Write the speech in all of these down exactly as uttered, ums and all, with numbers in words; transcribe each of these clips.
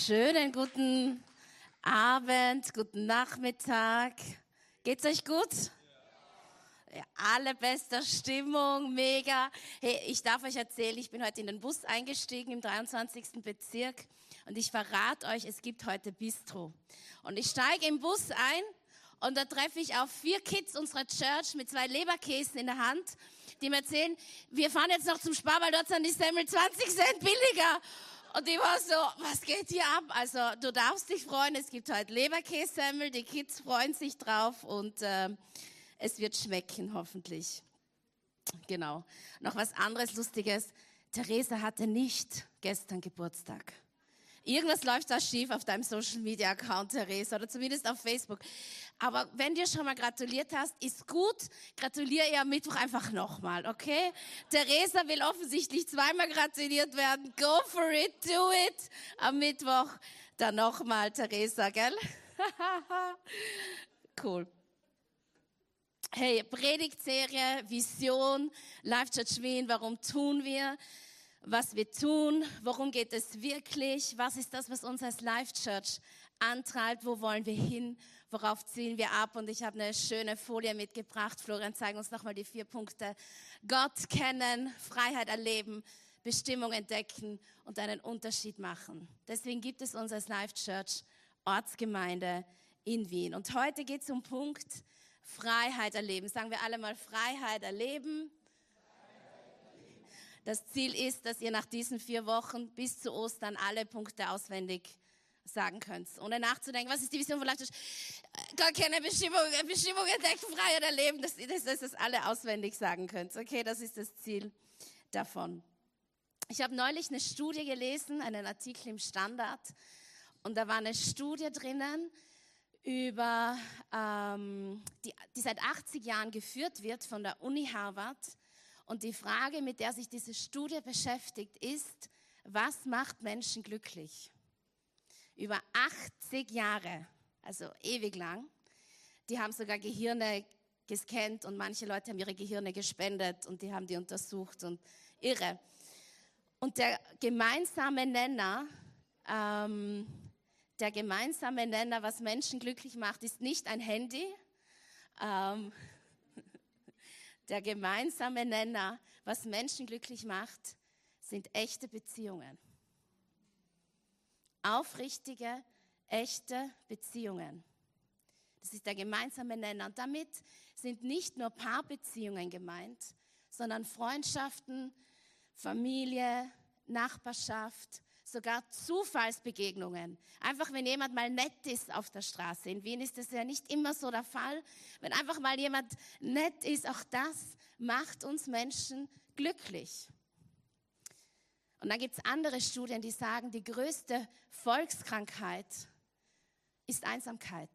Schönen guten Abend, guten Nachmittag. Geht's euch gut? Ja, alle bester Stimmung, mega. Hey, ich darf euch erzählen, ich bin heute in den Bus eingestiegen im dreiundzwanzigsten Bezirk und ich verrate euch, es gibt heute Bistro. Und ich steige im Bus ein und da treffe ich auf vier Kids unserer Church mit zwei Leberkäsen in der Hand, die mir erzählen, wir fahren jetzt noch zum Spar, weil dort sind die Semmel zwanzig Cent billiger. Und ich war so, was geht hier ab? Also du darfst dich freuen, es gibt heute Leberkässemmel, die Kids freuen sich drauf und äh, es wird schmecken, hoffentlich. Genau. Noch was anderes Lustiges. Theresa hatte nicht gestern Geburtstag. Irgendwas läuft da schief auf deinem Social-Media-Account, Theresa, oder zumindest auf Facebook. Aber wenn du schon mal gratuliert hast, ist gut. Gratuliere ihr am Mittwoch einfach nochmal, okay? Theresa will offensichtlich zweimal gratuliert werden. Go for it, do it. Am Mittwoch dann nochmal, Theresa, gell? Cool. Hey, Predigtserie, Vision, Life Church Wien, warum tun wir, was wir tun, worum geht es wirklich, was ist das, was uns als Life Church antreibt, wo wollen wir hin, worauf zielen wir ab, und ich habe eine schöne Folie mitgebracht. Florian, zeig uns nochmal die vier Punkte. Gott kennen, Freiheit erleben, Bestimmung entdecken und einen Unterschied machen. Deswegen gibt es uns als Life Church Ortsgemeinde in Wien. Und heute geht es um Punkt Freiheit erleben. Sagen wir alle mal Freiheit erleben. Das Ziel ist, dass ihr nach diesen vier Wochen bis zu Ostern alle Punkte auswendig sagen könnt. Ohne nachzudenken, was ist die Vision von Life Church? Gott kenne Bestimmung, Bestimmung entdecken, Freiheit erleben, dass ihr das, das alle auswendig sagen könnt. Okay, das ist das Ziel davon. Ich habe neulich eine Studie gelesen, einen Artikel im Standard, und da war eine Studie drinnen, über ähm, die, die seit achtzig Jahren geführt wird von der Uni Harvard. Und die Frage, mit der sich diese Studie beschäftigt, ist, was macht Menschen glücklich? Über achtzig Jahre, also ewig lang. Die haben sogar Gehirne gescannt und manche Leute haben ihre Gehirne gespendet und die haben die untersucht und irre. Und der gemeinsame Nenner, ähm, der gemeinsame Nenner, was Menschen glücklich macht, ist nicht ein Handy. Ähm, Der gemeinsame Nenner, was Menschen glücklich macht, sind echte Beziehungen. Aufrichtige, echte Beziehungen. Das ist der gemeinsame Nenner. Und damit sind nicht nur Paarbeziehungen gemeint, sondern Freundschaften, Familie, Nachbarschaft, sogar Zufallsbegegnungen. Einfach, wenn jemand mal nett ist auf der Straße. In Wien ist das ja nicht immer so der Fall. Wenn einfach mal jemand nett ist, auch das macht uns Menschen glücklich. Und dann gibt es andere Studien, die sagen, die größte Volkskrankheit ist Einsamkeit.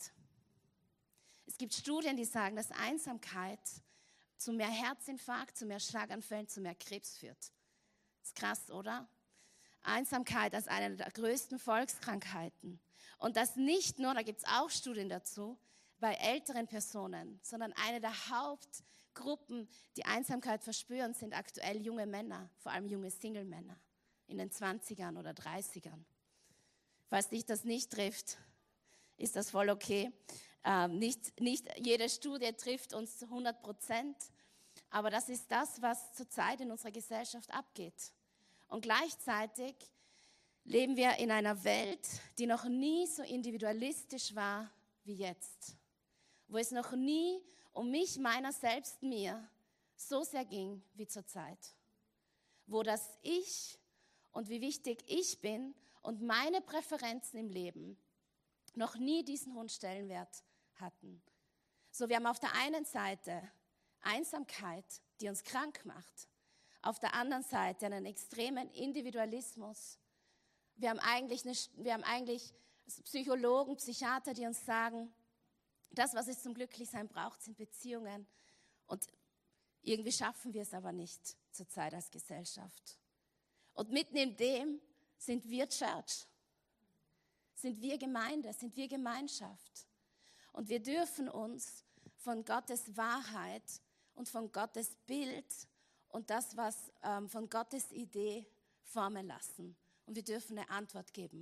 Es gibt Studien, die sagen, dass Einsamkeit zu mehr Herzinfarkt, zu mehr Schlaganfällen, zu mehr Krebs führt. Das ist krass, oder? Einsamkeit als eine der größten Volkskrankheiten. Und das nicht nur, da gibt es auch Studien dazu, bei älteren Personen, sondern eine der Hauptgruppen, die Einsamkeit verspüren, sind aktuell junge Männer, vor allem junge Single-Männer in den zwanzigern oder dreißigern. Falls dich das nicht trifft, ist das voll okay. Ähm, nicht, nicht jede Studie trifft uns zu hundert Prozent, aber das ist das, was zurzeit in unserer Gesellschaft abgeht. Und gleichzeitig leben wir in einer Welt, die noch nie so individualistisch war wie jetzt. Wo es noch nie um mich, meiner selbst, mir so sehr ging wie zurzeit. Wo das Ich und wie wichtig ich bin und meine Präferenzen im Leben noch nie diesen hohen Stellenwert hatten. So, wir haben auf der einen Seite Einsamkeit, die uns krank macht. Auf der anderen Seite einen extremen Individualismus. Wir haben eigentlich, eine, wir haben eigentlich Psychologen, Psychiater, die uns sagen, das, was es zum Glücklichsein braucht, sind Beziehungen. Und irgendwie schaffen wir es aber nicht zurzeit als Gesellschaft. Und mitten in dem sind wir Church, sind wir Gemeinde, sind wir Gemeinschaft. Und wir dürfen uns von Gottes Wahrheit und von Gottes Bild und das, was ähm, von Gottes Idee formen lassen. Und wir dürfen eine Antwort geben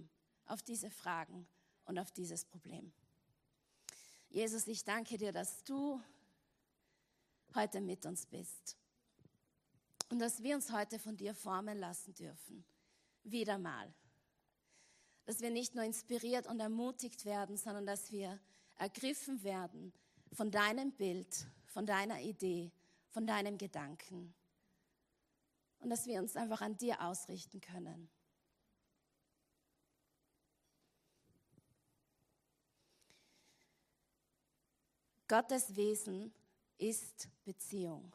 auf diese Fragen und auf dieses Problem. Jesus, ich danke dir, dass du heute mit uns bist und dass wir uns heute von dir formen lassen dürfen. Wieder mal. Dass wir nicht nur inspiriert und ermutigt werden, sondern dass wir ergriffen werden von deinem Bild, von deiner Idee, von deinem Gedanken. Und dass wir uns einfach an dir ausrichten können. Gottes Wesen ist Beziehung.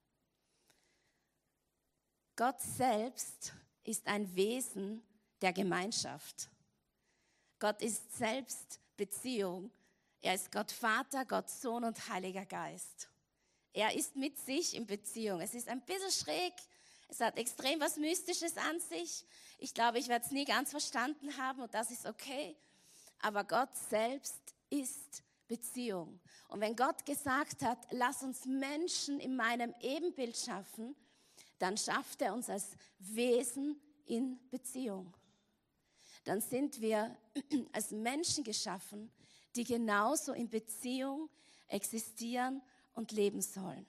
Gott selbst ist ein Wesen der Gemeinschaft. Gott ist selbst Beziehung. Er ist Gott Vater, Gott Sohn und Heiliger Geist. Er ist mit sich in Beziehung. Es ist ein bisschen schräg. Es hat extrem was Mystisches an sich. Ich glaube, ich werde es nie ganz verstanden haben und das ist okay. Aber Gott selbst ist Beziehung. Und wenn Gott gesagt hat, lass uns Menschen in meinem Ebenbild schaffen, dann schafft er uns als Wesen in Beziehung. Dann sind wir als Menschen geschaffen, die genauso in Beziehung existieren und leben sollen.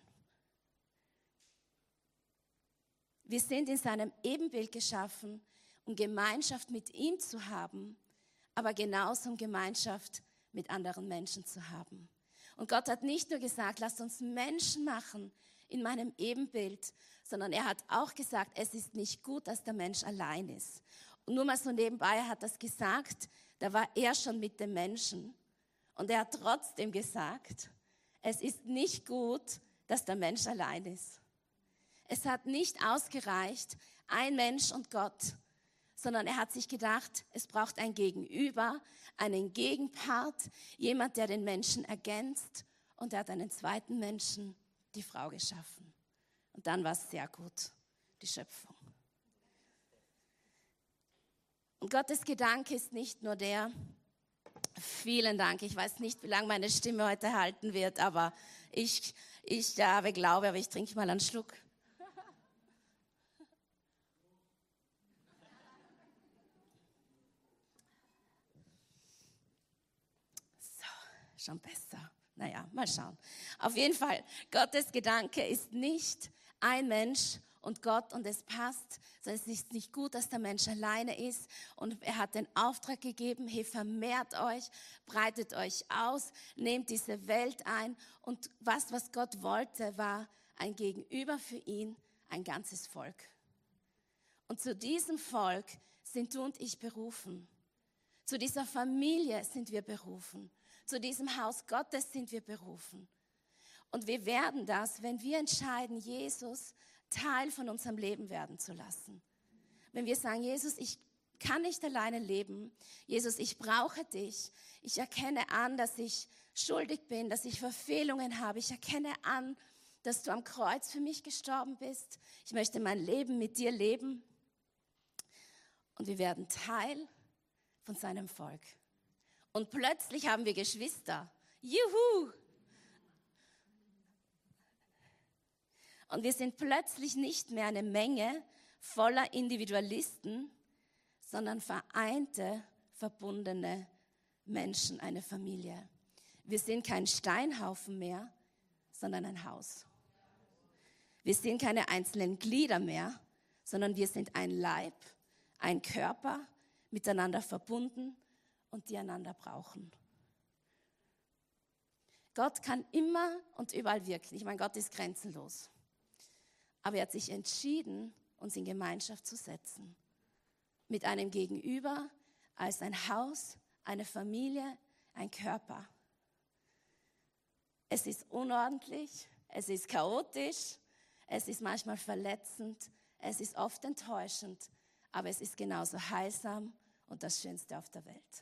Wir sind in seinem Ebenbild geschaffen, um Gemeinschaft mit ihm zu haben, aber genauso um Gemeinschaft mit anderen Menschen zu haben. Und Gott hat nicht nur gesagt, lasst uns Menschen machen in meinem Ebenbild, sondern er hat auch gesagt, es ist nicht gut, dass der Mensch allein ist. Und nur mal so nebenbei, er hat das gesagt, da war er schon mit dem Menschen. Und er hat trotzdem gesagt, es ist nicht gut, dass der Mensch allein ist. Es hat nicht ausgereicht, ein Mensch und Gott, sondern er hat sich gedacht, es braucht ein Gegenüber, einen Gegenpart, jemand, der den Menschen ergänzt, und er hat einen zweiten Menschen, die Frau, geschaffen. Und dann war es sehr gut, die Schöpfung. Und Gottes Gedanke ist nicht nur der, vielen Dank, ich weiß nicht, wie lange meine Stimme heute halten wird, aber ich, ich habe Glaube, aber ich trinke mal einen Schluck. Schon besser. Naja, mal schauen. Auf jeden Fall, Gottes Gedanke ist nicht ein Mensch und Gott und es passt, sondern es ist nicht gut, dass der Mensch alleine ist. Und er hat den Auftrag gegeben, hey, vermehrt euch, breitet euch aus, nehmt diese Welt ein. Und was, was Gott wollte, war ein Gegenüber für ihn, ein ganzes Volk. Und zu diesem Volk sind du und ich berufen. Zu dieser Familie sind wir berufen. Zu diesem Haus Gottes sind wir berufen. Und wir werden das, wenn wir entscheiden, Jesus Teil von unserem Leben werden zu lassen. Wenn wir sagen, Jesus, ich kann nicht alleine leben. Jesus, ich brauche dich. Ich erkenne an, dass ich schuldig bin, dass ich Verfehlungen habe. Ich erkenne an, dass du am Kreuz für mich gestorben bist. Ich möchte mein Leben mit dir leben. Und wir werden Teil von seinem Volk. Und plötzlich haben wir Geschwister. Juhu! Und wir sind plötzlich nicht mehr eine Menge voller Individualisten, sondern vereinte, verbundene Menschen, eine Familie. Wir sind kein Steinhaufen mehr, sondern ein Haus. Wir sind keine einzelnen Glieder mehr, sondern wir sind ein Leib, ein Körper, miteinander verbunden und die einander brauchen. Gott kann immer und überall wirken. Ich meine, Gott ist grenzenlos. Aber er hat sich entschieden, uns in Gemeinschaft zu setzen. Mit einem Gegenüber, als ein Haus, eine Familie, ein Körper. Es ist unordentlich, es ist chaotisch, es ist manchmal verletzend, es ist oft enttäuschend, aber es ist genauso heilsam und das Schönste auf der Welt.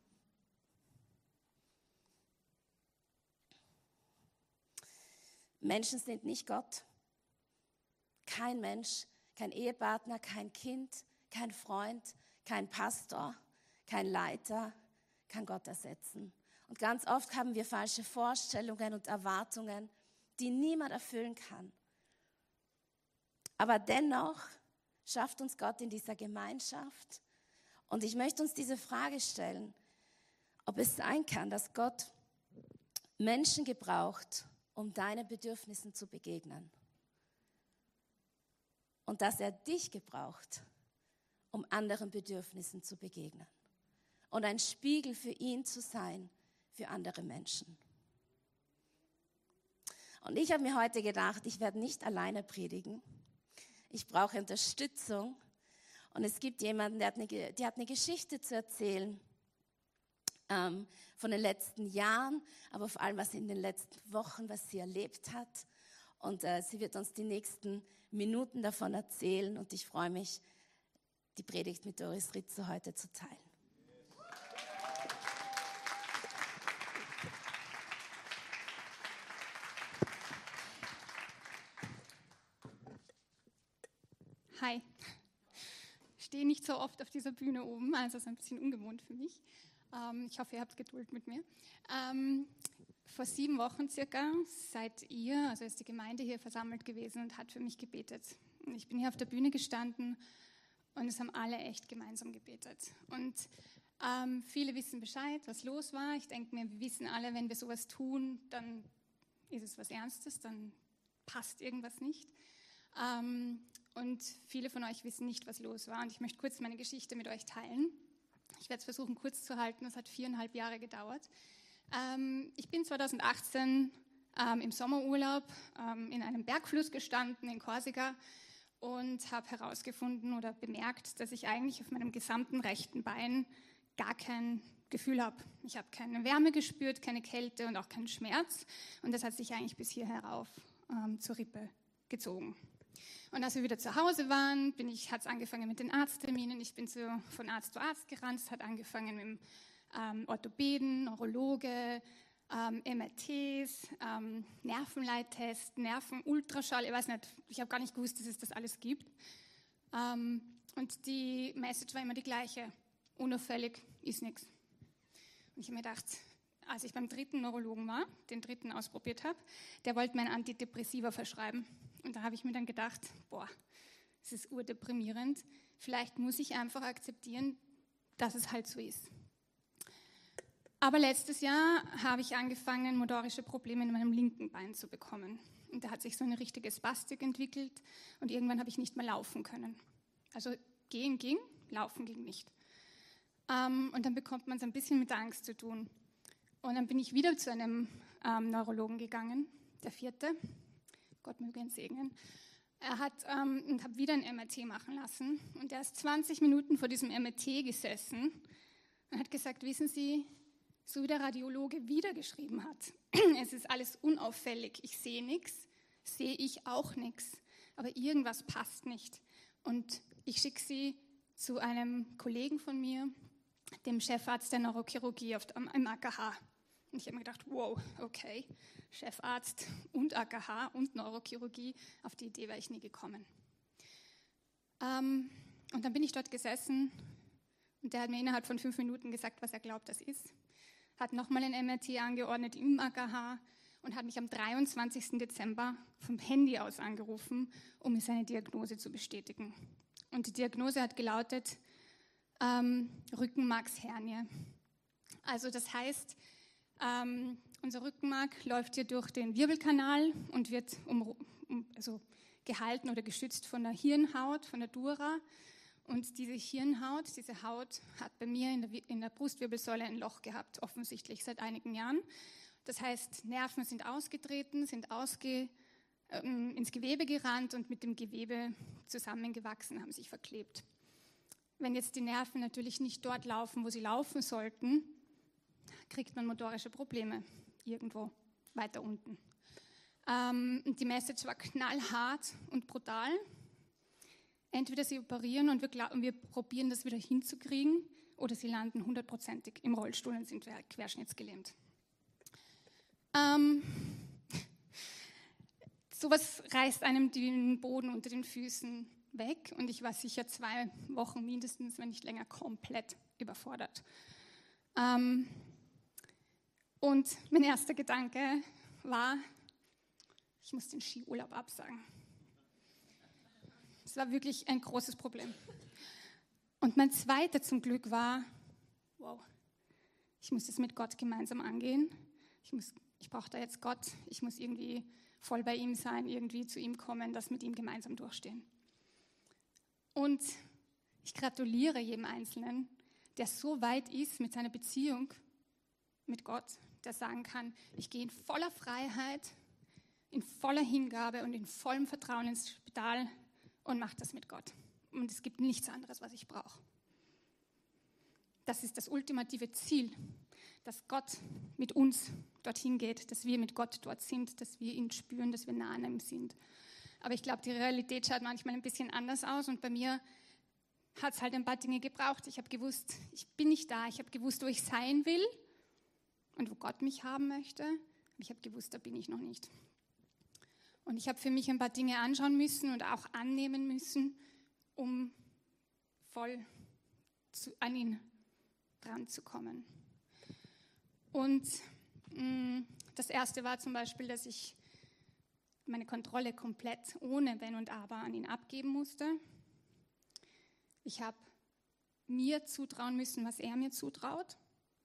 Menschen sind nicht Gott. Kein Mensch, kein Ehepartner, kein Kind, kein Freund, kein Pastor, kein Leiter kann Gott ersetzen. Und ganz oft haben wir falsche Vorstellungen und Erwartungen, die niemand erfüllen kann. Aber dennoch schafft uns Gott in dieser Gemeinschaft Und ich möchte uns diese Frage stellen, ob es sein kann, dass Gott Menschen gebraucht, um deinen Bedürfnissen zu begegnen. Und dass er dich gebraucht, um anderen Bedürfnissen zu begegnen. Und ein Spiegel für ihn zu sein, für andere Menschen. Und ich habe mir heute gedacht, ich werde nicht alleine predigen. Ich brauche Unterstützung. Und es gibt jemanden, der hat eine, der hat eine Geschichte zu erzählen ähm, von den letzten Jahren, aber vor allem, was in den letzten Wochen, was sie erlebt hat. Und äh, sie wird uns die nächsten Minuten davon erzählen. Und ich freue mich, die Predigt mit Doris Ritzer heute zu teilen. Hi. Ich stehe nicht so oft auf dieser Bühne oben, also es ist ein bisschen ungewohnt für mich. Ähm, ich hoffe, ihr habt Geduld mit mir. Ähm, vor sieben Wochen circa seid ihr, also ist die Gemeinde hier versammelt gewesen und hat für mich gebetet. Und ich bin hier auf der Bühne gestanden und es haben alle echt gemeinsam gebetet. Und ähm, viele wissen Bescheid, was los war. Ich denke mir, wir wissen alle, wenn wir sowas tun, dann ist es was Ernstes, dann passt irgendwas nicht. Ähm, Und viele von euch wissen nicht, was los war. Und ich möchte kurz meine Geschichte mit euch teilen. Ich werde es versuchen, kurz zu halten. Das hat viereinhalb Jahre gedauert. Ähm, ich bin zwanzig achtzehn ähm, im Sommerurlaub ähm, in einem Bergfluss gestanden in Korsika und habe herausgefunden oder bemerkt, dass ich eigentlich auf meinem gesamten rechten Bein gar kein Gefühl habe. Ich habe keine Wärme gespürt, keine Kälte und auch keinen Schmerz. Und das hat sich eigentlich bis hier herauf ähm, zur Rippe gezogen. Und als wir wieder zu Hause waren, bin ich, hat es angefangen mit den Arztterminen. Ich bin so von Arzt zu Arzt gerannt. Es hat angefangen mit dem ähm, Orthopäden, Neurologe, ähm, M R Ts, ähm, Nervenleittest, Nervenultraschall. Ich weiß nicht, ich habe gar nicht gewusst, dass es das alles gibt. Ähm, und die Message war immer die gleiche. Unauffällig ist nichts. Und ich habe mir gedacht, als ich beim dritten Neurologen war, den dritten ausprobiert habe, der wollte mir ein Antidepressiva verschreiben. Und da habe ich mir dann gedacht, boah, das ist urdeprimierend. Vielleicht muss ich einfach akzeptieren, dass es halt so ist. Aber letztes Jahr habe ich angefangen, motorische Probleme in meinem linken Bein zu bekommen. Und da hat sich so eine richtige Spastik entwickelt und irgendwann habe ich nicht mehr laufen können. Also gehen ging, laufen ging nicht. Ähm, und dann bekommt man es ein bisschen mit der Angst zu tun. Und dann bin ich wieder zu einem ähm, Neurologen gegangen, der vierte. Gott möge ihn segnen. Er hat ähm, und habe wieder ein M R T machen lassen. Und er ist zwanzig Minuten vor diesem M R T gesessen und hat gesagt, wissen Sie, so wie der Radiologe wieder geschrieben hat, es ist alles unauffällig, ich sehe nichts, sehe ich auch nichts, aber irgendwas passt nicht. Und ich schicke Sie zu einem Kollegen von mir, dem Chefarzt der Neurochirurgie auf, im A K H. Und ich habe mir gedacht, wow, okay, Chefarzt und A K H und Neurochirurgie, auf die Idee wäre ich nie gekommen. Ähm, und dann bin ich dort gesessen und der hat mir innerhalb von fünf Minuten gesagt, was er glaubt, das ist. Hat nochmal ein M R T angeordnet im A K H und hat mich am dreiundzwanzigsten Dezember vom Handy aus angerufen, um mir seine Diagnose zu bestätigen. Und die Diagnose hat gelautet, ähm, Rückenmarkshernie. Also das heißt, ähm, unser Rückenmark läuft hier durch den Wirbelkanal und wird um, um, also gehalten oder geschützt von der Hirnhaut, von der Dura. Und diese Hirnhaut, diese Haut hat bei mir in der, in der Brustwirbelsäule ein Loch gehabt, offensichtlich seit einigen Jahren. Das heißt, Nerven sind ausgetreten, sind ausge, ähm, ins Gewebe gerannt und mit dem Gewebe zusammengewachsen, haben sich verklebt. Wenn jetzt die Nerven natürlich nicht dort laufen, wo sie laufen sollten, kriegt man motorische Probleme irgendwo weiter unten. Ähm, und die Message war knallhart und brutal. Entweder sie operieren und wir, glauben, wir probieren das wieder hinzukriegen oder sie landen hundertprozentig im Rollstuhl und sind querschnittsgelähmt. Ähm, sowas reißt einem den Boden unter den Füßen weg und ich war sicher zwei Wochen mindestens, wenn nicht länger, komplett überfordert. Ähm, und mein erster Gedanke war, ich muss den Skiurlaub absagen. Das war wirklich ein großes Problem. Und mein zweiter zum Glück war, wow, ich muss das mit Gott gemeinsam angehen. Ich, muss, ich brauche da jetzt Gott. Ich muss irgendwie voll bei ihm sein, irgendwie zu ihm kommen, das mit ihm gemeinsam durchstehen. Und ich gratuliere jedem Einzelnen, der so weit ist mit seiner Beziehung mit Gott, der sagen kann, ich gehe in voller Freiheit, in voller Hingabe und in vollem Vertrauen ins Spital und mache das mit Gott. Und es gibt nichts anderes, was ich brauche. Das ist das ultimative Ziel, dass Gott mit uns dorthin geht, dass wir mit Gott dort sind, dass wir ihn spüren, dass wir nah an ihm sind. Aber ich glaube, die Realität schaut manchmal ein bisschen anders aus und bei mir hat es halt ein paar Dinge gebraucht. Ich habe gewusst, ich bin nicht da. Ich habe gewusst, wo ich sein will und wo Gott mich haben möchte. Und ich habe gewusst, da bin ich noch nicht. Und ich habe für mich ein paar Dinge anschauen müssen und auch annehmen müssen, um voll zu, an ihn dran zu kommen. Und mh, das erste war zum Beispiel, dass ich meine Kontrolle komplett ohne Wenn und Aber an ihn abgeben musste. Ich habe mir zutrauen müssen, was er mir zutraut.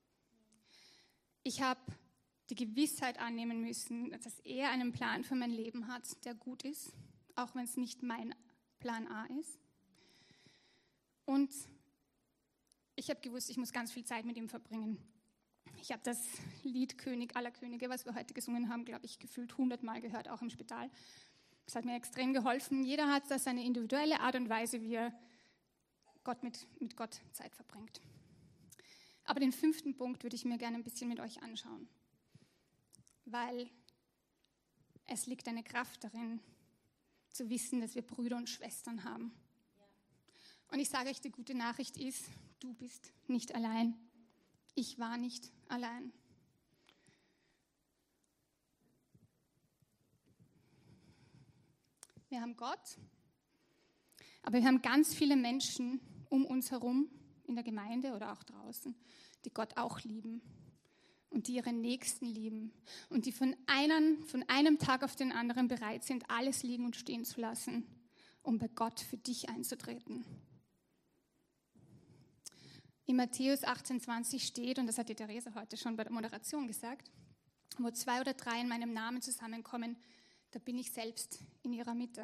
Ich habe die Gewissheit annehmen müssen, dass er einen Plan für mein Leben hat, der gut ist, auch wenn es nicht mein Plan A ist. Und ich habe gewusst, ich muss ganz viel Zeit mit ihm verbringen. Ich habe das Lied König aller Könige, was wir heute gesungen haben, glaube ich, gefühlt hundertmal gehört, auch im Spital. Das hat mir extrem geholfen. Jeder hat da seine individuelle Art und Weise, wie er Gott mit, mit Gott Zeit verbringt. Aber den fünften Punkt würde ich mir gerne ein bisschen mit euch anschauen, weil es liegt eine Kraft darin, zu wissen, dass wir Brüder und Schwestern haben. Und ich sage euch, die gute Nachricht ist, du bist nicht allein. Ich war nicht allein. Wir haben Gott, aber wir haben ganz viele Menschen um uns herum, in der Gemeinde oder auch draußen, die Gott auch lieben und die ihre Nächsten lieben und die von einem, von einem Tag auf den anderen bereit sind, alles liegen und stehen zu lassen, um bei Gott für dich einzutreten. In Matthäus achtzehn zwanzig steht, und das hat die Theresa heute schon bei der Moderation gesagt, wo zwei oder drei in meinem Namen zusammenkommen, da bin ich selbst in ihrer Mitte.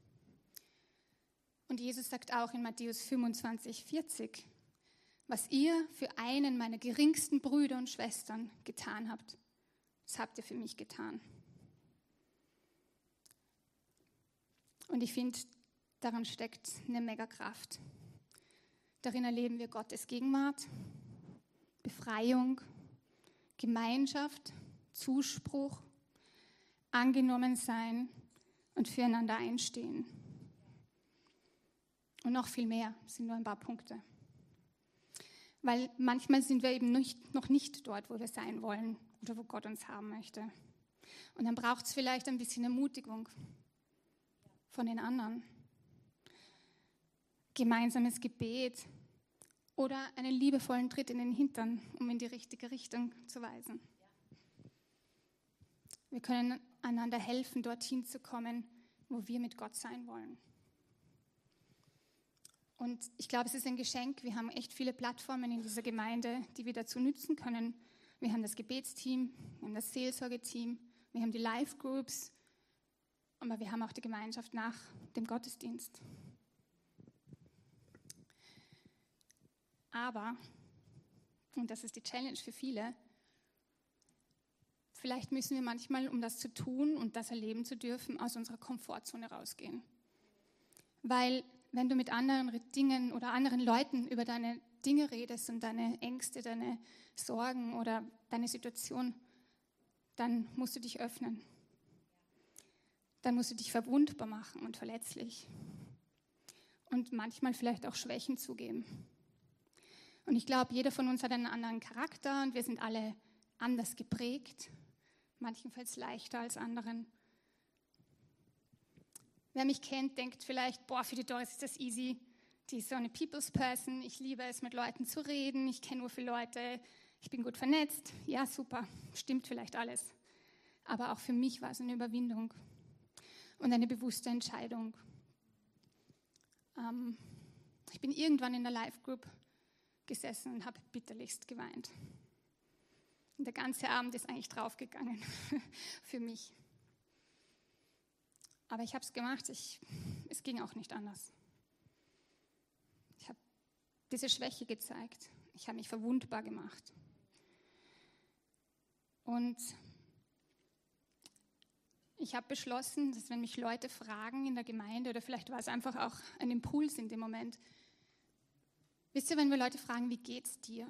Und Jesus sagt auch in Matthäus fünfundzwanzig vierzig, was ihr für einen meiner geringsten Brüder und Schwestern getan habt, das habt ihr für mich getan. Und ich finde, daran steckt eine Megakraft. Darin erleben wir Gottes Gegenwart, Befreiung, Gemeinschaft, Zuspruch, angenommen sein und füreinander einstehen. Und noch viel mehr, das sind nur ein paar Punkte. Weil manchmal sind wir eben nicht, noch nicht dort, wo wir sein wollen oder wo Gott uns haben möchte. Und dann braucht es vielleicht ein bisschen Ermutigung von den anderen. Gemeinsames Gebet oder einen liebevollen Tritt in den Hintern, um in die richtige Richtung zu weisen. Wir können einander helfen, dorthin zu kommen, wo wir mit Gott sein wollen. Und ich glaube, es ist ein Geschenk. Wir haben echt viele Plattformen in dieser Gemeinde, die wir dazu nutzen können. Wir haben das Gebetsteam, wir haben das Seelsorgeteam, wir haben die Live-Groups, aber wir haben auch die Gemeinschaft nach dem Gottesdienst. Aber, und das ist die Challenge für viele, vielleicht müssen wir manchmal, um das zu tun und das erleben zu dürfen, aus unserer Komfortzone rausgehen. Weil wenn du mit anderen Dingen oder anderen Leuten über deine Dinge redest und deine Ängste, deine Sorgen oder deine Situation, dann musst du dich öffnen. Dann musst du dich verwundbar machen und verletzlich. Und manchmal vielleicht auch Schwächen zugeben. Und ich glaube, jeder von uns hat einen anderen Charakter und wir sind alle anders geprägt. Manchen fällt es leichter als anderen. Wer mich kennt, denkt vielleicht, boah, für die Doris ist das easy. Die ist so eine People's Person. Ich liebe es, mit Leuten zu reden. Ich kenne nur viele Leute. Ich bin gut vernetzt. Ja, super. Stimmt vielleicht alles. Aber auch für mich war es eine Überwindung und eine bewusste Entscheidung. Ähm, Ich bin irgendwann in der Live-Group gesessen und habe bitterlichst geweint. Und der ganze Abend ist eigentlich draufgegangen für mich. Aber ich habe es gemacht, ich, es ging auch nicht anders. Ich habe diese Schwäche gezeigt, ich habe mich verwundbar gemacht. Und ich habe beschlossen, dass wenn mich Leute fragen in der Gemeinde, oder vielleicht war es einfach auch ein Impuls in dem Moment, wisst ihr, wenn wir Leute fragen, wie geht's dir?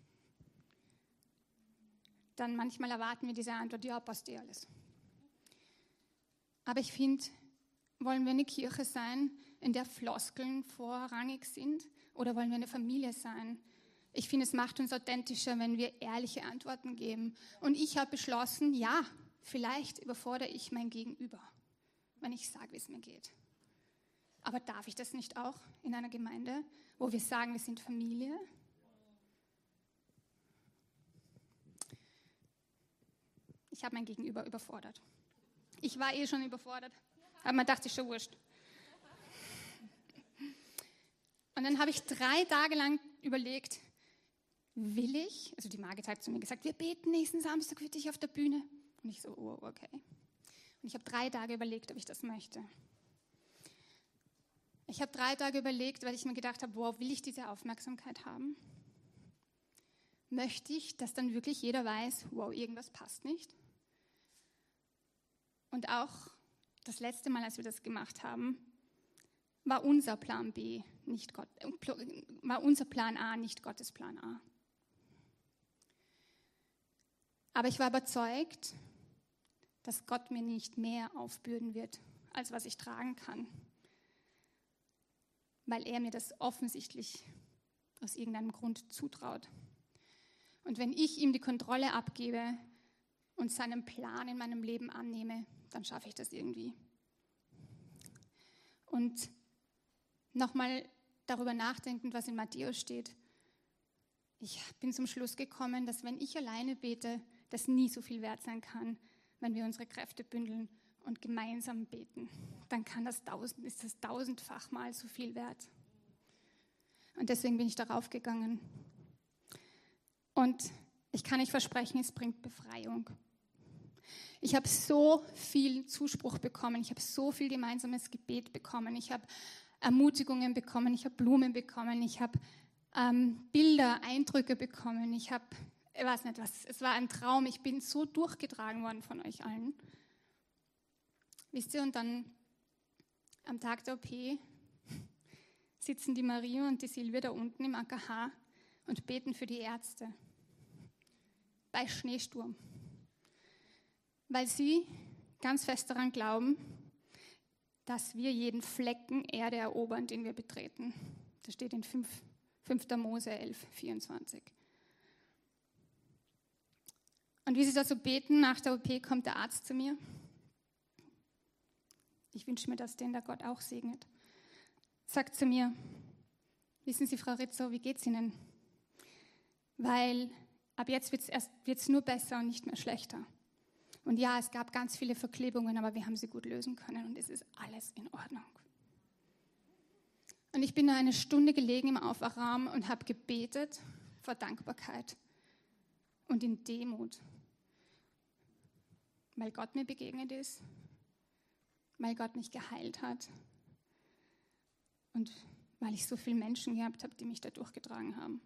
Dann manchmal erwarten wir diese Antwort, ja, passt eh alles. Aber ich finde, wollen wir eine Kirche sein, in der Floskeln vorrangig sind, oder wollen wir eine Familie sein? Ich finde, es macht uns authentischer, wenn wir ehrliche Antworten geben. Und ich habe beschlossen, ja, vielleicht überfordere ich mein Gegenüber, wenn ich sage, wie es mir geht. Aber darf ich das nicht auch in einer Gemeinde, wo wir sagen, wir sind Familie? Ich habe mein Gegenüber überfordert. Ich war eh schon überfordert, aber man dachte, schon wurscht. Und dann habe ich drei Tage lang überlegt, will ich, also die Margit hat zu mir gesagt, wir beten nächsten Samstag für dich auf der Bühne. Und ich so, oh, okay. Und ich habe drei Tage überlegt, ob ich das möchte. Ich habe drei Tage überlegt, weil ich mir gedacht habe, wow, will ich diese Aufmerksamkeit haben? Möchte ich, dass dann wirklich jeder weiß, wow, irgendwas passt nicht? Und auch das letzte Mal, als wir das gemacht haben, war unser Plan B nicht Gott, war unser Plan A nicht Gottes Plan A. Aber ich war überzeugt, dass Gott mir nicht mehr aufbürden wird, als was ich tragen kann, weil er mir das offensichtlich aus irgendeinem Grund zutraut. Und wenn ich ihm die Kontrolle abgebe und seinen Plan in meinem Leben annehme, dann schaffe ich das irgendwie. Und nochmal darüber nachdenkend, was in Matthäus steht. Ich bin zum Schluss gekommen, dass wenn ich alleine bete, das nie so viel wert sein kann, wenn wir unsere Kräfte bündeln und gemeinsam beten. Dann kann das tausend, ist das tausendfach mal so viel wert. Und deswegen bin ich darauf gegangen. Und ich kann euch versprechen, es bringt Befreiung. Ich habe so viel Zuspruch bekommen, ich habe so viel gemeinsames Gebet bekommen, ich habe Ermutigungen bekommen, ich habe Blumen bekommen, ich habe ähm, Bilder, Eindrücke bekommen, ich habe, ich weiß nicht was, es war ein Traum, ich bin so durchgetragen worden von euch allen. Wisst ihr, und dann am Tag der O P sitzen die Maria und die Silvia da unten im A K H und beten für die Ärzte bei Schneesturm. Weil sie ganz fest daran glauben, dass wir jeden Flecken Erde erobern, den wir betreten. Das steht in fünfter Mose elf, vierundzwanzig. Und wie sie da so beten, nach der O P kommt der Arzt zu mir. Ich wünsche mir, dass den der Gott auch segnet. Sagt zu mir, wissen Sie, Frau Rizzo, wie geht's Ihnen? Weil ab jetzt wird es erst wird's nur besser und nicht mehr schlechter. Und ja, es gab ganz viele Verklebungen, aber wir haben sie gut lösen können und es ist alles in Ordnung. Und ich bin da eine Stunde gelegen im Aufwachraum und habe gebetet vor Dankbarkeit und in Demut, weil Gott mir begegnet ist, weil Gott mich geheilt hat und weil ich so viele Menschen gehabt habe, die mich da durchgetragen haben.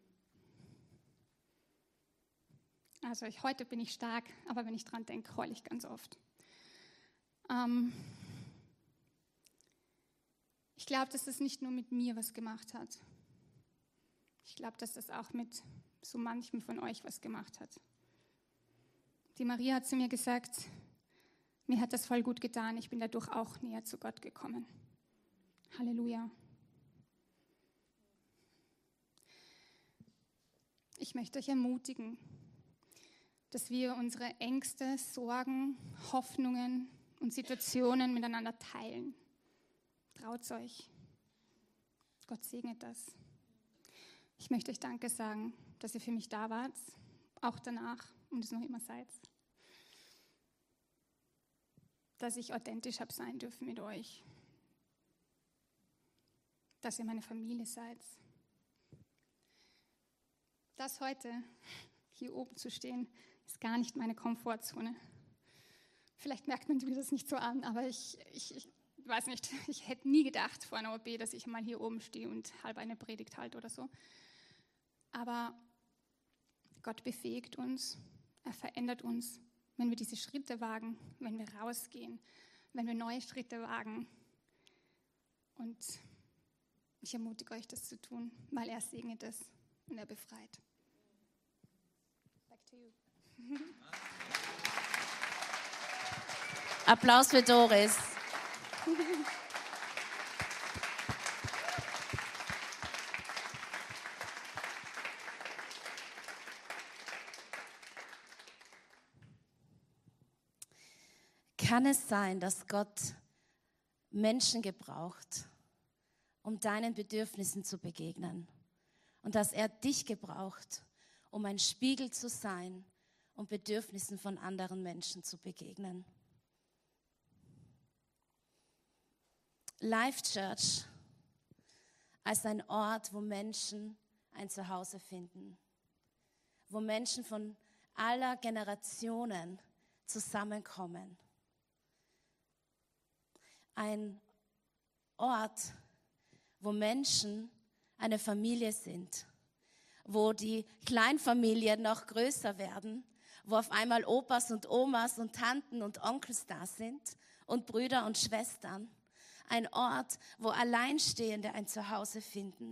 Also ich, heute bin ich stark, aber wenn ich dran denke, heule ich ganz oft. Ähm ich glaube, dass das nicht nur mit mir was gemacht hat. Ich glaube, dass das auch mit so manchem von euch was gemacht hat. Die Maria hat zu mir gesagt, mir hat das voll gut getan, ich bin dadurch auch näher zu Gott gekommen. Halleluja. Ich möchte euch ermutigen, dass wir unsere Ängste, Sorgen, Hoffnungen und Situationen miteinander teilen. Traut's euch. Gott segnet das. Ich möchte euch Danke sagen, dass ihr für mich da wart, auch danach und es noch immer seid. Dass ich authentisch habe sein dürfen mit euch. dass ihr meine Familie seid. Das heute, hier oben zu stehen, ist gar nicht meine Komfortzone. Vielleicht merkt man mir das nicht so an, aber ich, ich, ich weiß nicht, ich hätte nie gedacht vor einer O P, dass ich mal hier oben stehe und halb eine Predigt halte oder so. Aber Gott befähigt uns, er verändert uns, wenn wir diese Schritte wagen, wenn wir rausgehen, wenn wir neue Schritte wagen. Und ich ermutige euch, das zu tun, weil er segnet es und er befreit. Back to you. Applaus für Doris. Kann es sein, dass Gott Menschen gebraucht, um deinen Bedürfnissen zu begegnen? Und dass er dich gebraucht, um ein Spiegel zu sein und Bedürfnissen von anderen Menschen zu begegnen? Life Church als ein Ort, wo Menschen ein Zuhause finden, wo Menschen von aller Generationen zusammenkommen. Ein Ort, wo Menschen eine Familie sind, wo die Kleinfamilien noch größer werden, wo auf einmal Opas und Omas und Tanten und Onkels da sind und Brüder und Schwestern. Ein Ort, wo Alleinstehende ein Zuhause finden.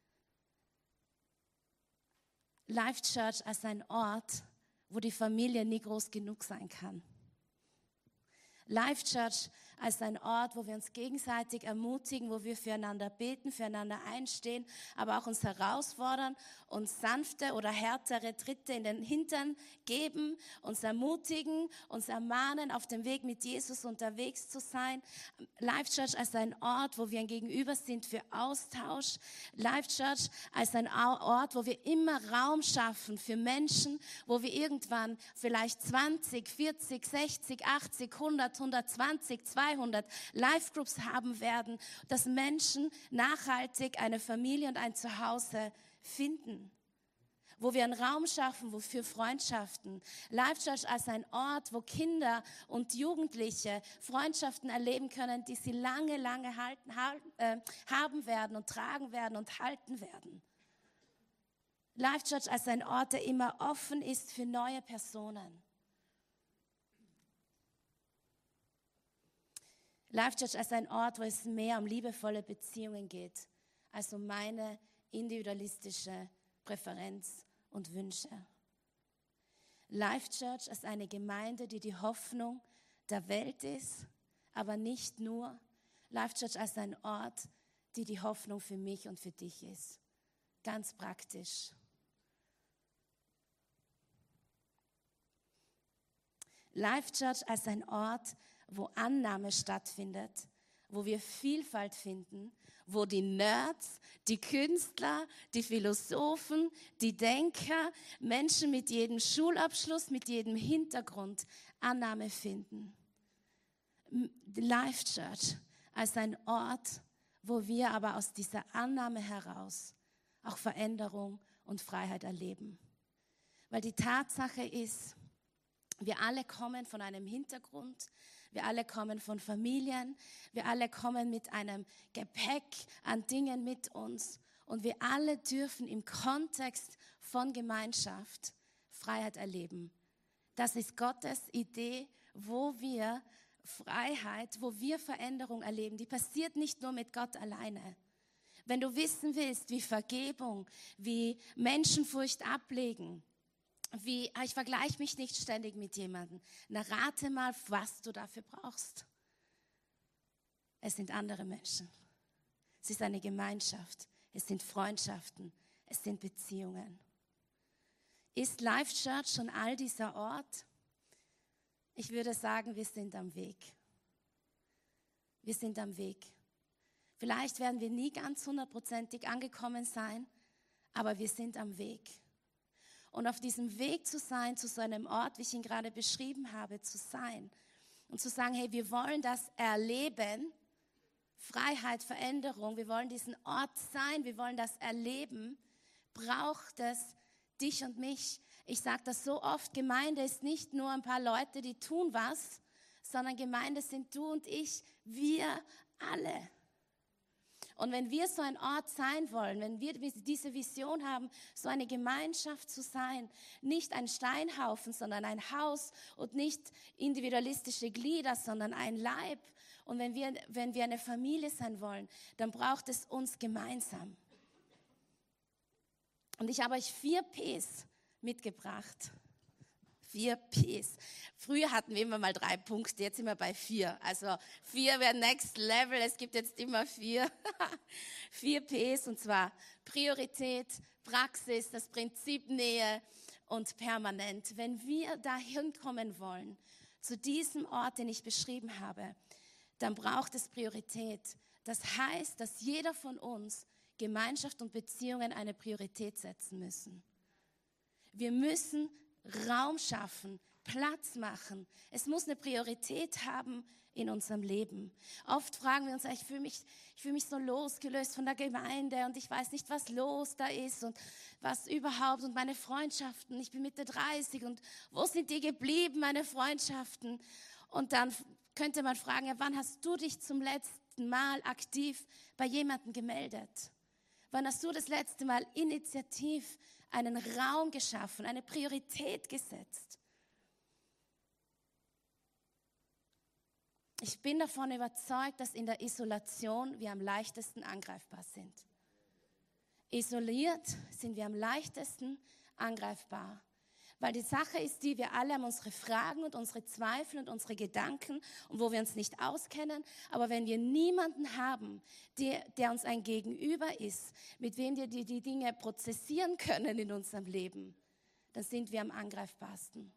Life Church als ein Ort, wo die Familie nie groß genug sein kann. Life Church als ein Ort, wo wir uns gegenseitig ermutigen, wo wir füreinander beten, füreinander einstehen, aber auch uns herausfordern, uns sanfte oder härtere Tritte in den Hintern geben, uns ermutigen, uns ermahnen, auf dem Weg mit Jesus unterwegs zu sein. Life Church als ein Ort, wo wir ein Gegenüber sind für Austausch. Life Church als ein Ort, wo wir immer Raum schaffen für Menschen, wo wir irgendwann vielleicht zwanzig, vierzig, sechzig, achtzig, hundert, hundertzwanzig, zweihundert Life Groups haben werden, dass Menschen nachhaltig eine Familie und ein Zuhause finden. Wo wir einen Raum schaffen, wofür Freundschaften. Life Church als ein Ort, wo Kinder und Jugendliche Freundschaften erleben können, die sie lange, lange halten, halten, äh, haben werden und tragen werden und halten werden. Life Church als ein Ort, der immer offen ist für neue Personen. Life Church als ein Ort, wo es mehr um liebevolle Beziehungen geht, als um meine individualistische Präferenz und Wünsche. Life Church als eine Gemeinde, die die Hoffnung der Welt ist, aber nicht nur. Life Church als ein Ort, die die Hoffnung für mich und für dich ist. Ganz praktisch. Life Church als ein Ort, wo Annahme stattfindet, wo wir Vielfalt finden, wo die Nerds, die Künstler, die Philosophen, die Denker, Menschen mit jedem Schulabschluss, mit jedem Hintergrund Annahme finden. Life Church als ein Ort, wo wir aber aus dieser Annahme heraus auch Veränderung und Freiheit erleben. Weil die Tatsache ist, wir alle kommen von einem Hintergrund, wir alle kommen von Familien, wir alle kommen mit einem Gepäck an Dingen mit uns und wir alle dürfen im Kontext von Gemeinschaft Freiheit erleben. Das ist Gottes Idee, wo wir Freiheit, wo wir Veränderung erleben. Die passiert nicht nur mit Gott alleine. Wenn du wissen willst, wie Vergebung, wie Menschenfurcht ablegen, wie, ich vergleiche mich nicht ständig mit jemandem. Na, rate mal, was du dafür brauchst. Es sind andere Menschen. Es ist eine Gemeinschaft. Es sind Freundschaften. Es sind Beziehungen. Ist Life Church schon all dieser Ort? Ich würde sagen, wir sind am Weg. Wir sind am Weg. Vielleicht werden wir nie ganz hundertprozentig angekommen sein, aber wir sind am Weg. Und auf diesem Weg zu sein, zu so einem Ort, wie ich ihn gerade beschrieben habe, zu sein und zu sagen, hey, wir wollen das erleben Freiheit, Veränderung, wir wollen diesen Ort sein, wir wollen das erleben, braucht es dich und mich. Ich sage das so oft, Gemeinde ist nicht nur ein paar Leute, die tun was, sondern Gemeinde sind du und ich, wir alle. Und wenn wir so ein Ort sein wollen, wenn wir diese Vision haben, so eine Gemeinschaft zu sein, nicht ein Steinhaufen, sondern ein Haus und nicht individualistische Glieder, sondern ein Leib. Und wenn wir, wenn wir eine Familie sein wollen, dann braucht es uns gemeinsam. Und ich habe euch vier P's mitgebracht. Vier P's. Früher hatten wir immer mal drei Punkte, jetzt sind wir bei vier. Also vier wäre Next Level, es gibt jetzt immer vier. Vier P's, und zwar Priorität, Praxis, das Prinzip Nähe und permanent. Wenn wir dahin kommen wollen, zu diesem Ort, den ich beschrieben habe, dann braucht es Priorität. Das heißt, dass jeder von uns Gemeinschaft und Beziehungen eine Priorität setzen müssen. Wir müssen Raum schaffen, Platz machen. Es muss eine Priorität haben in unserem Leben. Oft fragen wir uns, ich fühle mich, ich fühle mich so losgelöst von der Gemeinde und ich weiß nicht, was los da ist und was überhaupt und meine Freundschaften. Ich bin Mitte dreißig und wo sind die geblieben, meine Freundschaften? Und dann könnte man fragen, ja, wann hast du dich zum letzten Mal aktiv bei jemandem gemeldet? Wann hast du das letzte Mal initiativ einen Raum geschaffen, eine Priorität gesetzt? Ich bin davon überzeugt, dass in der Isolation wir am leichtesten angreifbar sind. Isoliert sind wir am leichtesten angreifbar. Weil die Sache ist die, wir alle haben unsere Fragen und unsere Zweifel und unsere Gedanken und wo wir uns nicht auskennen. Aber wenn wir niemanden haben, der, der uns ein Gegenüber ist, mit wem wir die, die Dinge prozessieren können in unserem Leben, dann sind wir am angreifbarsten.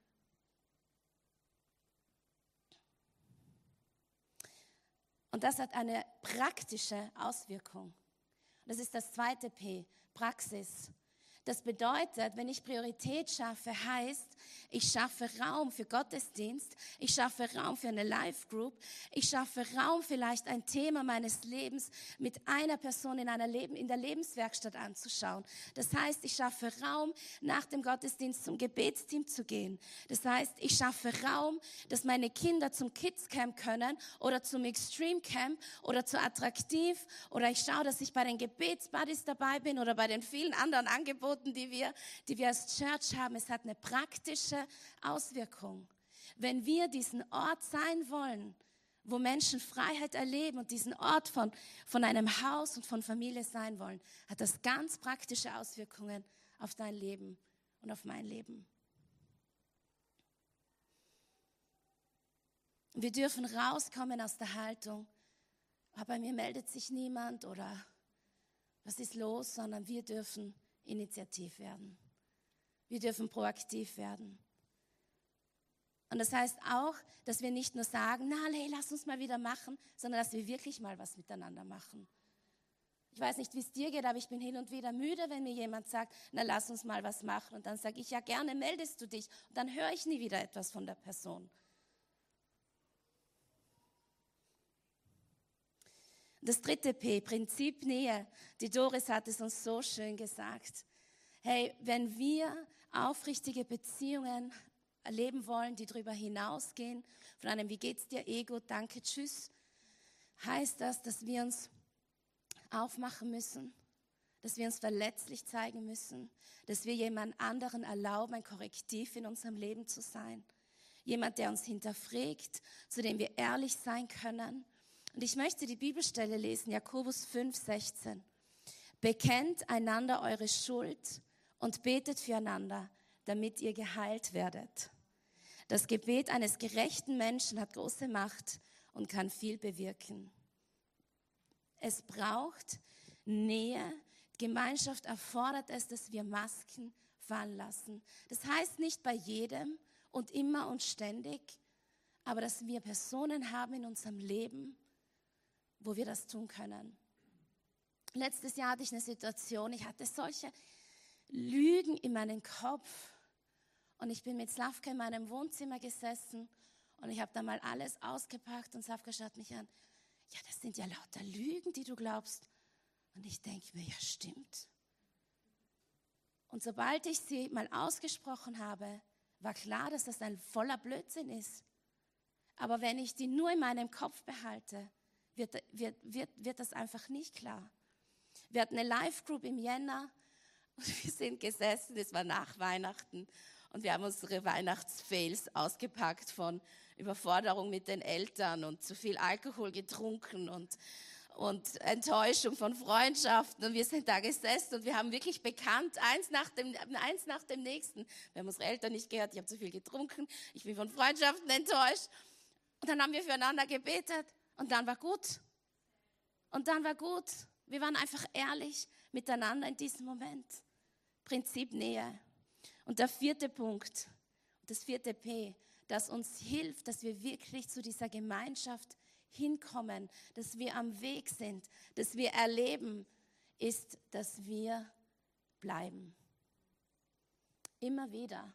Und das hat eine praktische Auswirkung. Das ist das zweite P, Praxis. Das bedeutet, wenn ich Priorität schaffe, heißt, ich schaffe Raum für Gottesdienst, ich schaffe Raum für eine Live-Group, ich schaffe Raum, vielleicht ein Thema meines Lebens mit einer Person in, einer Leben, in der Lebenswerkstatt anzuschauen. Das heißt, ich schaffe Raum, nach dem Gottesdienst zum Gebetsteam zu gehen. Das heißt, ich schaffe Raum, dass meine Kinder zum Kids-Camp können oder zum Extreme-Camp oder zu Attraktiv, oder ich schaue, dass ich bei den Gebetsbuddies dabei bin oder bei den vielen anderen Angeboten, die wir, die wir als Church haben. Es hat eine praktische Auswirkung. Wenn wir diesen Ort sein wollen, wo Menschen Freiheit erleben und diesen Ort von, von einem Haus und von Familie sein wollen, hat das ganz praktische Auswirkungen auf dein Leben und auf mein Leben. Wir dürfen rauskommen aus der Haltung, aber bei mir meldet sich niemand oder was ist los, sondern wir dürfen initiativ werden. Wir dürfen proaktiv werden. Und das heißt auch, dass wir nicht nur sagen, na, hey, lass uns mal wieder machen, sondern dass wir wirklich mal was miteinander machen. Ich weiß nicht, wie es dir geht, aber ich bin hin und wieder müde, wenn mir jemand sagt, na, lass uns mal was machen. Und dann sage ich, ja, gerne meldest du dich. Und dann höre ich nie wieder etwas von der Person. Das dritte P, Prinzip Nähe. Die Doris hat es uns so schön gesagt. Hey, wenn wir aufrichtige Beziehungen erleben wollen, die darüber hinausgehen, von einem wie geht's dir, Ego, danke, tschüss, heißt das, dass wir uns aufmachen müssen, dass wir uns verletzlich zeigen müssen, dass wir jemand anderen erlauben, ein Korrektiv in unserem Leben zu sein. Jemand, der uns hinterfragt, zu dem wir ehrlich sein können. Und ich möchte die Bibelstelle lesen, Jakobus fünf, sechzehn. Bekennt einander eure Schuld und betet füreinander, damit ihr geheilt werdet. Das Gebet eines gerechten Menschen hat große Macht und kann viel bewirken. Es braucht Nähe. Gemeinschaft erfordert es, dass wir Masken fallen lassen. Das heißt nicht bei jedem und immer und ständig, aber dass wir Personen haben in unserem Leben, wo wir das tun können. Letztes Jahr hatte ich eine Situation, ich hatte solche Lügen in meinem Kopf und ich bin mit Slavka in meinem Wohnzimmer gesessen und ich habe da mal alles ausgepackt und Slavka schaut mich an. ja, das sind ja lauter Lügen, die du glaubst. Und ich denke mir, ja, stimmt. Und sobald ich sie mal ausgesprochen habe, war klar, dass das ein voller Blödsinn ist. Aber wenn ich die nur in meinem Kopf behalte, wird, wird, wird, wird das einfach nicht klar. Wir hatten eine Live-Group im Jänner und wir sind gesessen, es war nach Weihnachten und wir haben unsere Weihnachtsfails ausgepackt von Überforderung mit den Eltern und zu viel Alkohol getrunken und, und Enttäuschung von Freundschaften. Und wir sind da gesessen und wir haben wirklich bekannt, eins nach dem, eins nach dem nächsten. Wir haben unsere Eltern nicht gehört, ich habe zu viel getrunken, ich bin von Freundschaften enttäuscht. Und dann haben wir füreinander gebetet und dann war gut. Und dann war gut. Wir waren einfach ehrlich miteinander in diesem Moment. Prinzip Nähe. Und der vierte Punkt, das vierte P, das uns hilft, dass wir wirklich zu dieser Gemeinschaft hinkommen, dass wir am Weg sind, dass wir erleben, ist, dass wir bleiben. Immer wieder.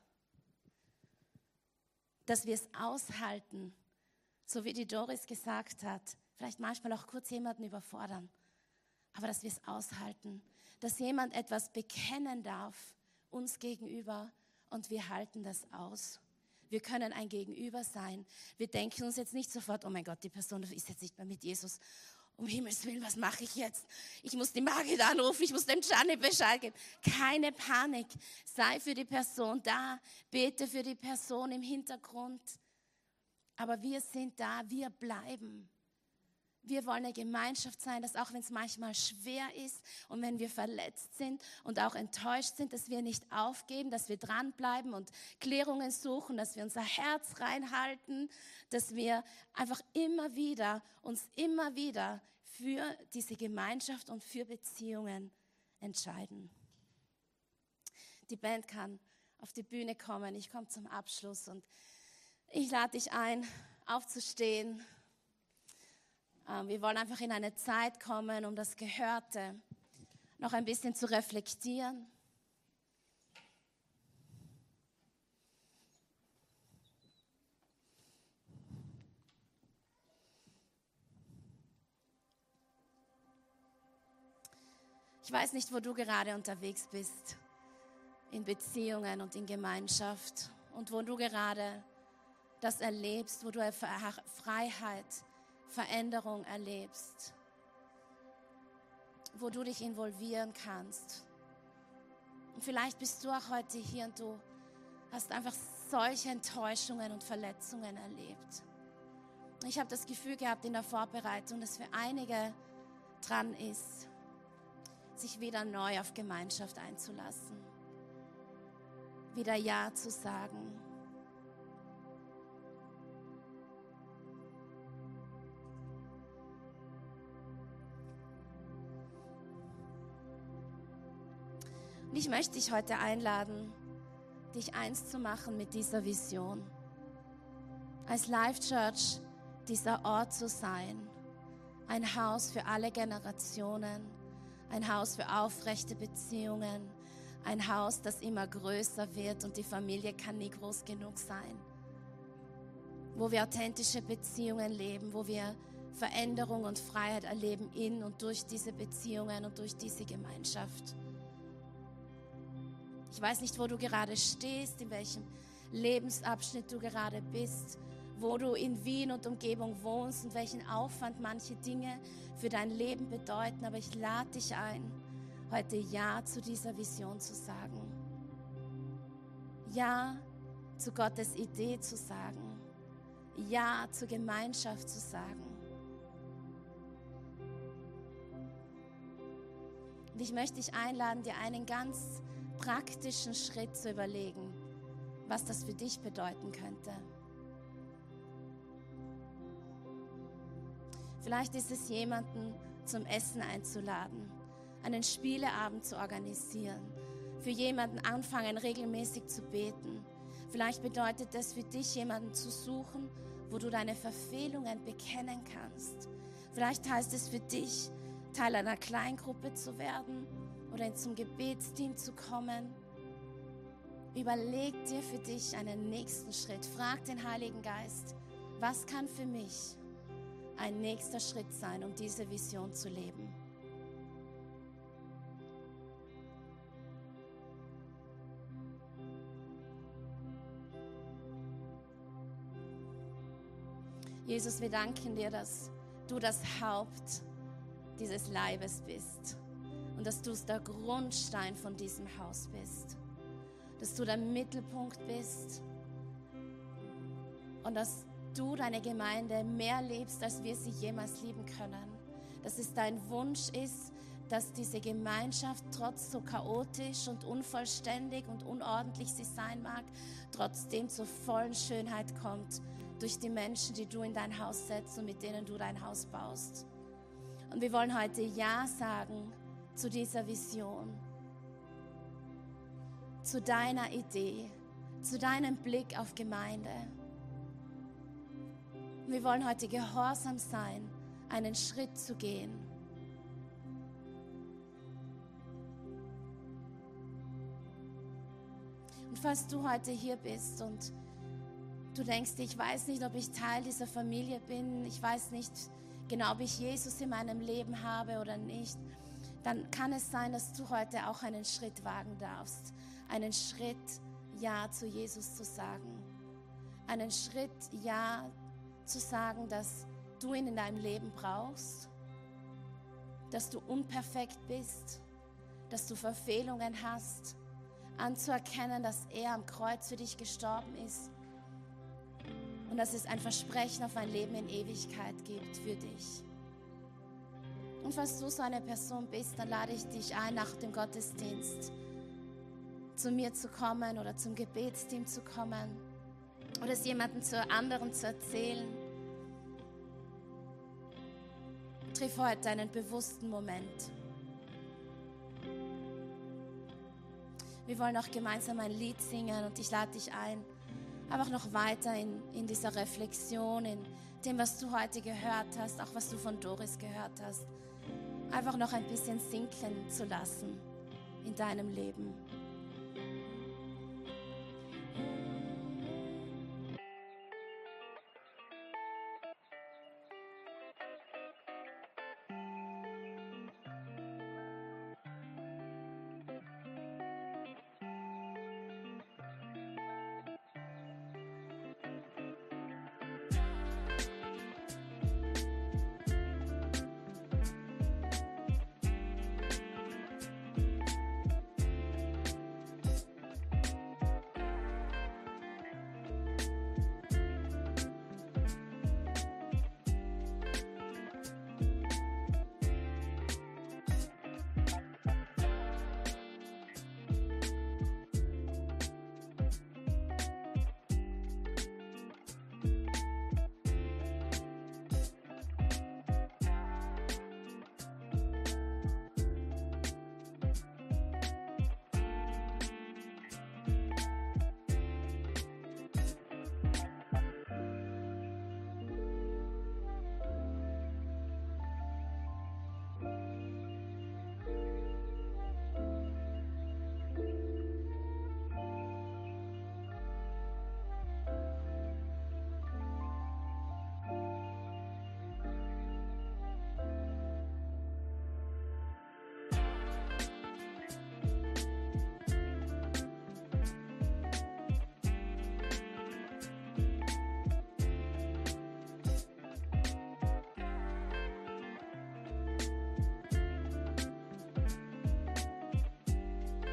Dass wir es aushalten, so wie die Doris gesagt hat, vielleicht manchmal auch kurz jemanden überfordern, aber dass wir es aushalten, dass jemand etwas bekennen darf, uns gegenüber, und wir halten das aus. Wir können ein Gegenüber sein. Wir denken uns jetzt nicht sofort, oh mein Gott, die Person ist jetzt nicht mehr mit Jesus. Um Himmels Willen, was mache ich jetzt? Ich muss die Margit anrufen, ich muss dem Gianni Bescheid geben. Keine Panik, sei für die Person da, bete für die Person im Hintergrund. Aber wir sind da, wir bleiben. Wir wollen eine Gemeinschaft sein, dass auch wenn es manchmal schwer ist und wenn wir verletzt sind und auch enttäuscht sind, dass wir nicht aufgeben, dass wir dranbleiben und Klärungen suchen, dass wir unser Herz reinhalten, dass wir einfach immer wieder, uns immer wieder für diese Gemeinschaft und für Beziehungen entscheiden. Die Band kann auf die Bühne kommen, ich komme zum Abschluss und ich lade dich ein, aufzustehen. Wir wollen einfach in eine Zeit kommen, um das Gehörte noch ein bisschen zu reflektieren. Ich weiß nicht, wo du gerade unterwegs bist, in Beziehungen und in Gemeinschaft und wo du gerade das erlebst, wo du Freiheit, Veränderung erlebst, wo du dich involvieren kannst. Und vielleicht bist du auch heute hier und du hast einfach solche Enttäuschungen und Verletzungen erlebt. Ich habe das Gefühl gehabt in der Vorbereitung, dass für einige dran ist, sich wieder neu auf Gemeinschaft einzulassen, wieder Ja zu sagen. Und ich möchte dich heute einladen, dich eins zu machen mit dieser Vision. Als Life Church dieser Ort zu sein. Ein Haus für alle Generationen. Ein Haus für aufrechte Beziehungen. Ein Haus, das immer größer wird und die Familie kann nie groß genug sein. Wo wir authentische Beziehungen leben, wo wir Veränderung und Freiheit erleben in und durch diese Beziehungen und durch diese Gemeinschaft. Ich weiß nicht, wo du gerade stehst, in welchem Lebensabschnitt du gerade bist, wo du in Wien und Umgebung wohnst und welchen Aufwand manche Dinge für dein Leben bedeuten. Aber ich lade dich ein, heute Ja zu dieser Vision zu sagen. Ja zu Gottes Idee zu sagen. Ja zur Gemeinschaft zu sagen. Und ich möchte dich einladen, dir einen ganz praktischen Schritt zu überlegen, was das für dich bedeuten könnte. Vielleicht ist es, jemanden zum Essen einzuladen, einen Spieleabend zu organisieren, für jemanden anfangen, regelmäßig zu beten. Vielleicht bedeutet es für dich, jemanden zu suchen, wo du deine Verfehlungen bekennen kannst. Vielleicht heißt es für dich, Teil einer Kleingruppe zu werden oder zum Gebetsteam zu kommen. Überleg dir für dich einen nächsten Schritt. Frag den Heiligen Geist, was kann für mich ein nächster Schritt sein, um diese Vision zu leben. Jesus, wir danken dir, dass du das Haupt dieses Leibes bist und dass du der Grundstein von diesem Haus bist, dass du der Mittelpunkt bist und dass du deine Gemeinde mehr liebst, als wir sie jemals lieben können. Dass es dein Wunsch ist, dass diese Gemeinschaft, trotz so chaotisch und unvollständig und unordentlich sie sein mag, trotzdem zur vollen Schönheit kommt durch die Menschen, die du in dein Haus setzt und mit denen du dein Haus baust. Und wir wollen heute Ja sagen zu dieser Vision, zu deiner Idee, zu deinem Blick auf Gemeinde. Und wir wollen heute gehorsam sein, einen Schritt zu gehen. Und falls du heute hier bist und du denkst, ich weiß nicht, ob ich Teil dieser Familie bin, ich weiß nicht genau, ob ich Jesus in meinem Leben habe oder nicht, dann kann es sein, dass du heute auch einen Schritt wagen darfst. Einen Schritt, Ja zu Jesus zu sagen. Einen Schritt, Ja zu sagen, dass du ihn in deinem Leben brauchst, dass du unperfekt bist, dass du Verfehlungen hast, anzuerkennen, dass er am Kreuz für dich gestorben ist und dass es ein Versprechen auf ein Leben in Ewigkeit gibt für dich. Und falls du so eine Person bist, dann lade ich dich ein, nach dem Gottesdienst zu mir zu kommen oder zum Gebetsteam zu kommen oder es jemandem zu anderen zu erzählen. Triff heute einen bewussten Moment. Wir wollen auch gemeinsam ein Lied singen und ich lade dich ein, einfach noch weiter in, in dieser Reflexion, in dem, was du heute gehört hast, auch was du von Doris gehört hast, einfach noch ein bisschen sinken zu lassen in deinem Leben.